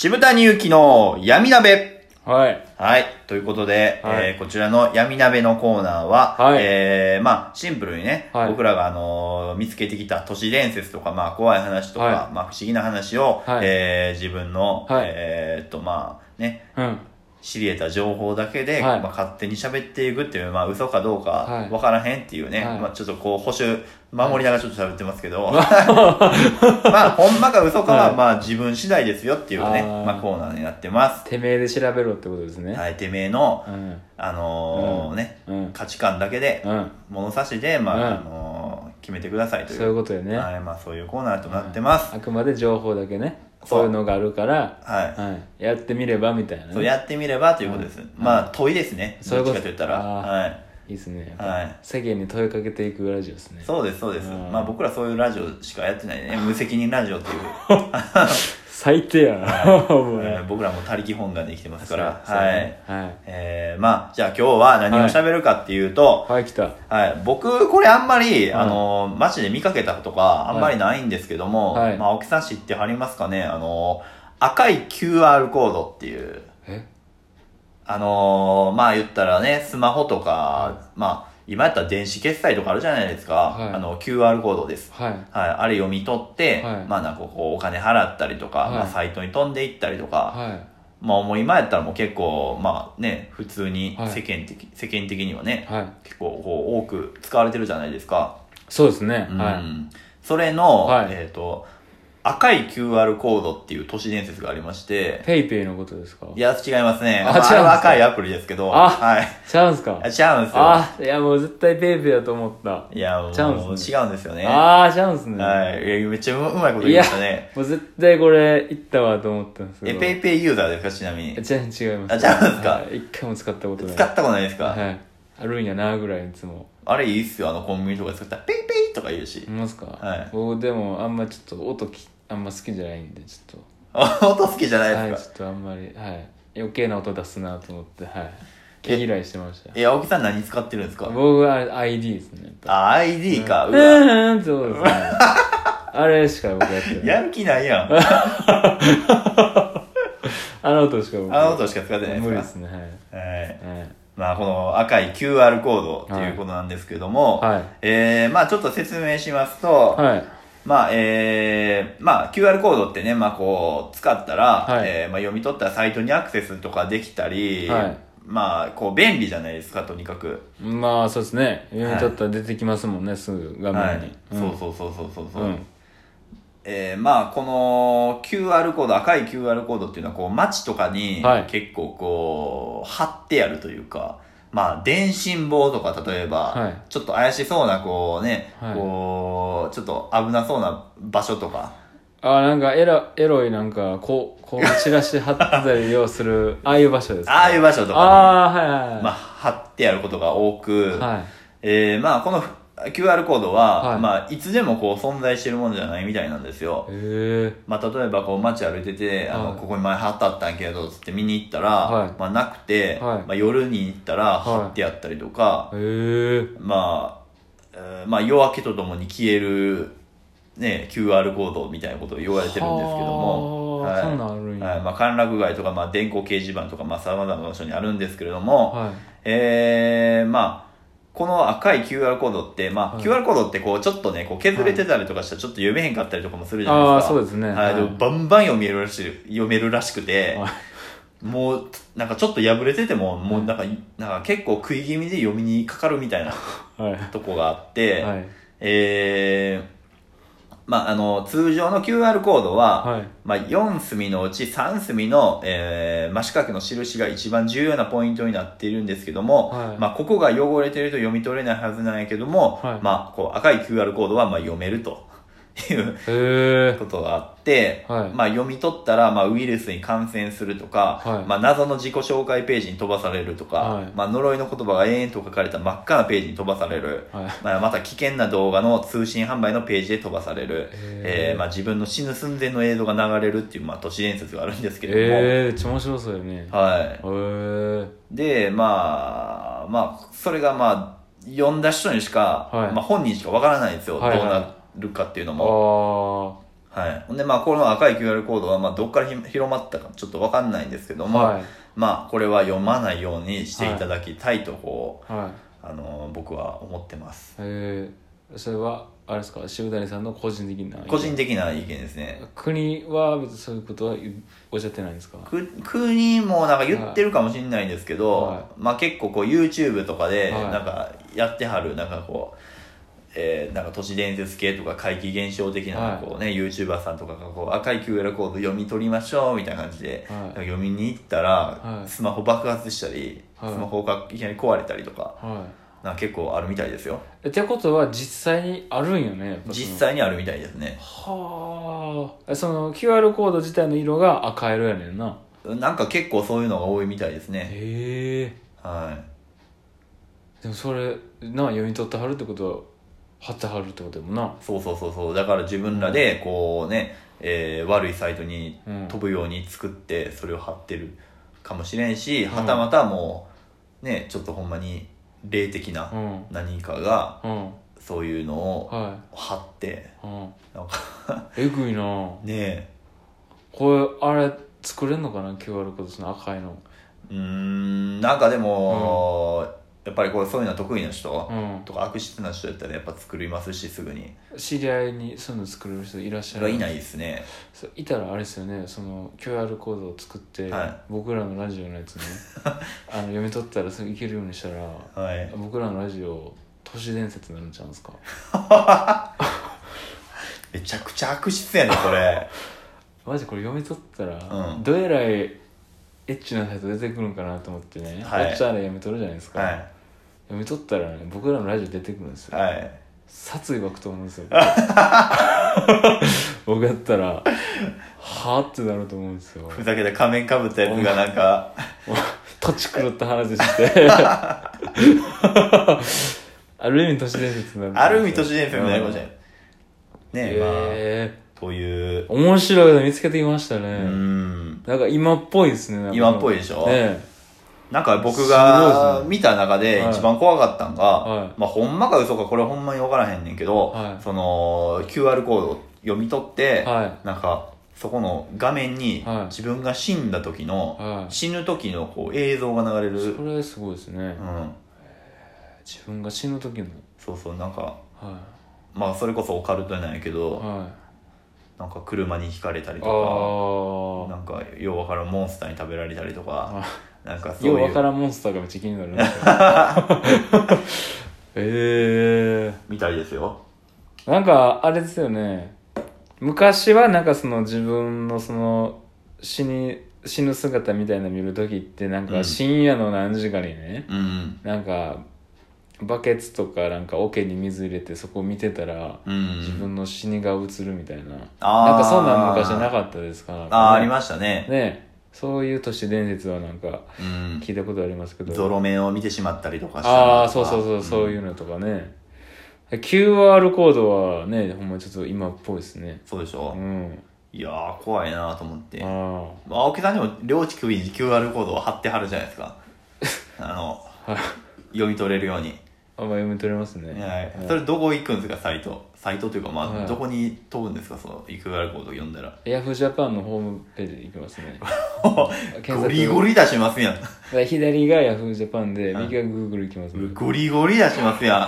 渋谷祐希の闇鍋。 はい。 はい。ということで、 はい、 こちらの闇鍋のコーナーは、 はい、 まあ、シンプルにね、はい、僕らが見つけてきた都市伝説とか、まあ、怖い話とか、はい、まあ、不思議な話を、はい、自分の、はい、まあ、ね、うん、知り得た情報だけで、はい、まあ、勝手に喋っていくっていう、まあ、嘘かどうか分からへんっていうね、はい、まあ、ちょっとこう、保守、守りながらちょっと喋ってますけど、まあ、ほんまか嘘かは、まあ、自分次第ですよっていうね、まあ、コーナーになってます。 てめえで調べろってことですね。 はい、てめえの、ね、価値観だけで、物差しで、まあ、決めてくださいという。 そういうことよね。 はい、まあ、そういうコーナーとなってます。 あくまで情報だけね。そういうのがあるから、はい、やってみればみたいなね。 そう、やってみればということです。まあ、問いですね。そういうこと。どっちかと言ったら。はい。 いいですね。はい。世間に問いかけていくラジオですね。 そうです、そうです。まあ、僕らそういうラジオしかやってないね。無責任ラジオっていう。 最低やな。 僕らも他力本願で生きてますから。はい。まあ、じゃあ今日は何を喋るかっていうと、 はい、来た。 はい。僕、これあんまり、街で見かけたことか、あんまりないんですけども、まあ、青木さん知ってはりますかね、赤い QR コードっていう。まあ言ったらね、スマホとか、まあ、今やったら電子決済とかあるじゃないですか。QR コードです。はい。あれ読み取って、まあなんかこうお金払ったりとか、まあサイトに飛んでいったりとか、まあもう今やったらもう結構、まあね、普通に世間的にはね、結構こう多く使われてるじゃないですか。 そうですね。 はい。それの、赤い QR コードっていう都市伝説がありまして。 ペイペイのことですか？ いや、違いますね。あれは赤いアプリですけど。はい。 ちゃうんすか？ ちゃうんすよ。 いやもう絶対ペイペイだと思った。 いや、もう、違うんですよね。 ちゃうんすね。 はい。めっちゃうまいこと言いましたね。 もう絶対これ、言ったわと思ったんですけど。 ペイペイユーザーですか、ちなみに。 違います。 ちゃうんですか？ 一回も使ったことない。 使ったことないですか？ はい。あるんやなぐらいいつも。 あれいいっすよ、コンビニとか使ったら、ペイペイとか言うし。 いますか？ はい。 僕でもあんまちょっと音あんま好きじゃないんで、ちょっと。音好きじゃないですか？ はい、ちょっとあんまり、はい。余計な音出すなと思って、はい。毛嫌いしてました。 青木さん何使ってるんですか？ 僕は ID ですね。 ID か。 そうですね。あれしか僕やってない。 やる気ないやん。 あの音しか僕。 あの音しか使ってないですか？ 無理ですね、はい。 まあ、この赤い QR コードっていうことなんですけども、まあちょっと説明しますと、まあ、QR コードってね、まあこう、使ったら、まあ読み取ったサイトにアクセスとかできたり、まあ、こう、便利じゃないですか、とにかく。 まあ、そうですね。読み取ったら出てきますもんね、すぐ画面に。 そう。まあ、この QR コード、赤い QR コードっていうのは、こう、街とかに結構こう、貼ってあるというか、まあ、電信棒とか、例えば、ちょっと怪しそうな、こうね、こう、ちょっと危なそうな場所とか。 なんか、エロいなんか、こう、チラシ貼ってたりをする、ああいう場所ですか？ ああいう場所とかに、まあ、貼ってあることが多く、まあ、この、QR コードは、まあ、いつでもこう存在してるものじゃないみたいなんですよ。まあ、例えばこう街歩いてて、ここに前貼ってあったんやけど、つって見に行ったら、まあ、なくて、まあ、夜に行ったら貼ってあったりとか、まあ、夜明けとともに消える、ね、QR コードみたいなことを言われてるんですけども、まあ、歓楽街とか、まあ、電光掲示板とか、まあ、様々な場所にあるんですけれども、まあ、この赤い QR コードって、まあ、QR コードってこう、ちょっとね、こう削れてたりとかしたらちょっと読めへんかったりとかもするじゃないですか。 そうですね。 でもバンバン読めるらしくて、もう、なんかちょっと破れてても、もうなんか結構食い気味で読みにかかるみたいなとこがあって、まあ、通常の QR コードは、まあ、4隅のうち3隅の、真四角の印が一番重要なポイントになっているんですけども、まあ、ここが汚れてると読み取れないはずなんやけども、まあ、こう赤い QR コードはまあ読めるということがあって、まあ、読み取ったら、まあ、ウイルスに感染するとか、まあ、謎の自己紹介ページに飛ばされるとか、まあ、呪いの言葉が延々と書かれた真っ赤なページに飛ばされる、まあ、また危険な動画の通信販売のページで飛ばされる、まあ、自分の死ぬ寸前の映像が流れるっていう、まあ、都市伝説があるんですけれども。 めっちゃ面白そうよね。 で、まあ、それがまあ、読んだ人にしか、まあ、本人しかわからないんですよ。どうなるかっていうのも。 はい。ほんで、まあ、この赤い QR コードは、まあ、どっから広まったかちょっとわかんないんですけども、はい、まあ、これは読まないようにしていただきたいと、こう、はい、僕は思ってます。 それは、あれですか、渋谷さんの個人的な意見？ 個人的な意見ですね。 国は別にそういうことはおっしゃってないんですか？ 国もなんか言ってるかもしれないんですけど、はい、まあ結構こう YouTube とかで、なんかやってはる、なんかこう、なんか都市伝説系とか怪奇現象的なこうね、はい、YouTuber さんとかがこう赤い QR コード読み取りましょうみたいな感じで、はい、読みに行ったら、はい、スマホ爆発したり、はい、スマホがいきなり壊れたりとか、はい、なんか結構あるみたいですよ。 ってことは実際にあるんよね。 実際にあるみたいですね。 はあ。その QR コード自体の色が赤色やねんな。 なんか結構そういうのが多いみたいですね。 へえ。はい。でもそれ読み取ってはるってことは貼ってはるってことでもな。 そうだから自分らでこうね、悪いサイトに飛ぶように作ってそれを貼ってるかもしれんし、はたまたもうねちょっとほんまに霊的な何かがそういうのを貼って、なんかえぐいなねえ、 これあれ作れんのかな QR コード、その赤いの。 なんかでも、やっぱりこうそういうの得意な人、とか悪質な人やったらやっぱ作りますし、すぐに知り合いにそういうの作れる人いらっしゃる？ いないですね。 いたらあれですよね、その QR コードを作って、はい、僕らのラジオのやつね読み取ったらすぐいけるようにしたら、はい、僕らのラジオ都市伝説になるんちゃうんですかめちゃくちゃ悪質やねこれマジこれ読み取ったら、どえらいエッチなサイト出てくるんかなと思ってね、はい、こっちはね読み取るじゃないですか、はい、読み取ったらね僕らのラジオ出てくるんですよ、はい、殺意湧くと思うんですよ僕やったらはぁってなると思うんですよ。 ふざけた仮面かぶったやつがなんか土地狂った話してある意味都市伝説になる。 ある意味都市伝説になりましたね。ねえ、まあという面白いの見つけてきましたね。なんか今っぽいですね。 今っぽいでしょ。なんか僕が見た中で一番怖かったんが、はい、まあほんまか嘘かこれほんまに分からへんねんけど、はい、その QR コードを読み取って、はい、なんかそこの画面に自分が死んだ時の、はい、死ぬ時のこう映像が流れる。 それすごいですね。自分が死ぬ時の。 そうなんか、まあそれこそオカルトなんやけど、なんか車にひかれたりとか、なんかようわからんモンスターに食べられたりとか、なんかそういうようわからんモンスターがめっちゃ気になるんですよみたいですよ。 なんかあれですよね、昔はなんかその自分のその死ぬ姿みたいなの見るときってなんか深夜の何時かにね、なんかバケツとかなんか桶に水入れてそこを見てたら、自分の死にが映るみたいな、なんかそんなん昔なかったですか？ ありましたね。 ね、そういう都市伝説はなんか聞いたことありますけど、 ゾロ目を見てしまったりとかしたそういうのとかね、QR コードはねほんまちょっと今っぽいですね。 そうでしょ、いやー怖いなと思って。青木さんにも両乳首に QR コードを貼ってはるじゃないですか読み取れるように。 読み取れますね。 はい。それどこ行くんですか？サイトというかまあ、どこに飛ぶんですか？その QR コード読んだら。 ヤフージャパンのホームページで行きますねゴリゴリ出しますやん。 左がヤフージャパンで右が Google 行きますね。 ゴリゴリ出しますやん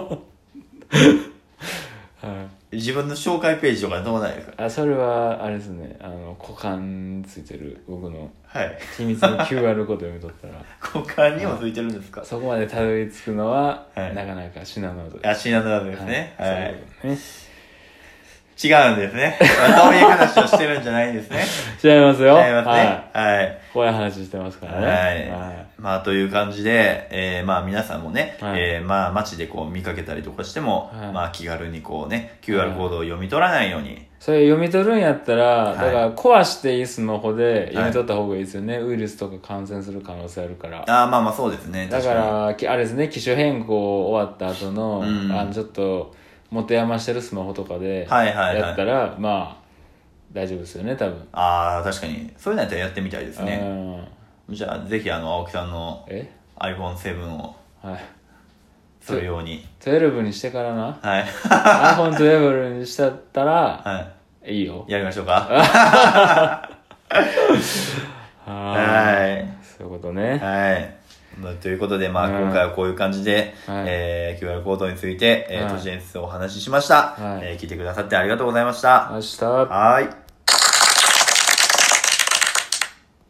自分の紹介ページとかどうないですか？ それはあれですね、股間についてる僕の秘密の QR コード読み取ったら股間にもついてるんですか？ そこまでたどり着くのは、なかなか至難の技です。至難の技ですね。はい。違うんですね。そういう話をしてるんじゃないんですね。 違いますよ。 違いますね。はい。 怖い話してますからね。 はい。まあという感じで、まあ皆さんもね、まあ街でこう見かけたりとかしても、まあ気軽にこうね、QR コードを読み取らないように。 それ読み取るんやったら、だから壊していいスマホで読み取った方がいいですよね。ウイルスとか感染する可能性あるから。 まあそうですね。 だから、あれですね、機種変更終わった後の、ちょっと、持て余してるスマホとかでやったら、まあ大丈夫ですよね多分。 確かにそういうのやったらやってみたいですね。じゃあぜひ青木さんの iPhone7 をそれ用に 12にしてからな、 はい、 iPhone12 にしたったら、 いいよ。 やりましょうか。 はい。そういうことね。 はい。ということで、まあ、今回はこういう感じで、QR コードについて、都市伝説をお話ししました。聞いてくださってありがとうございました。 はい。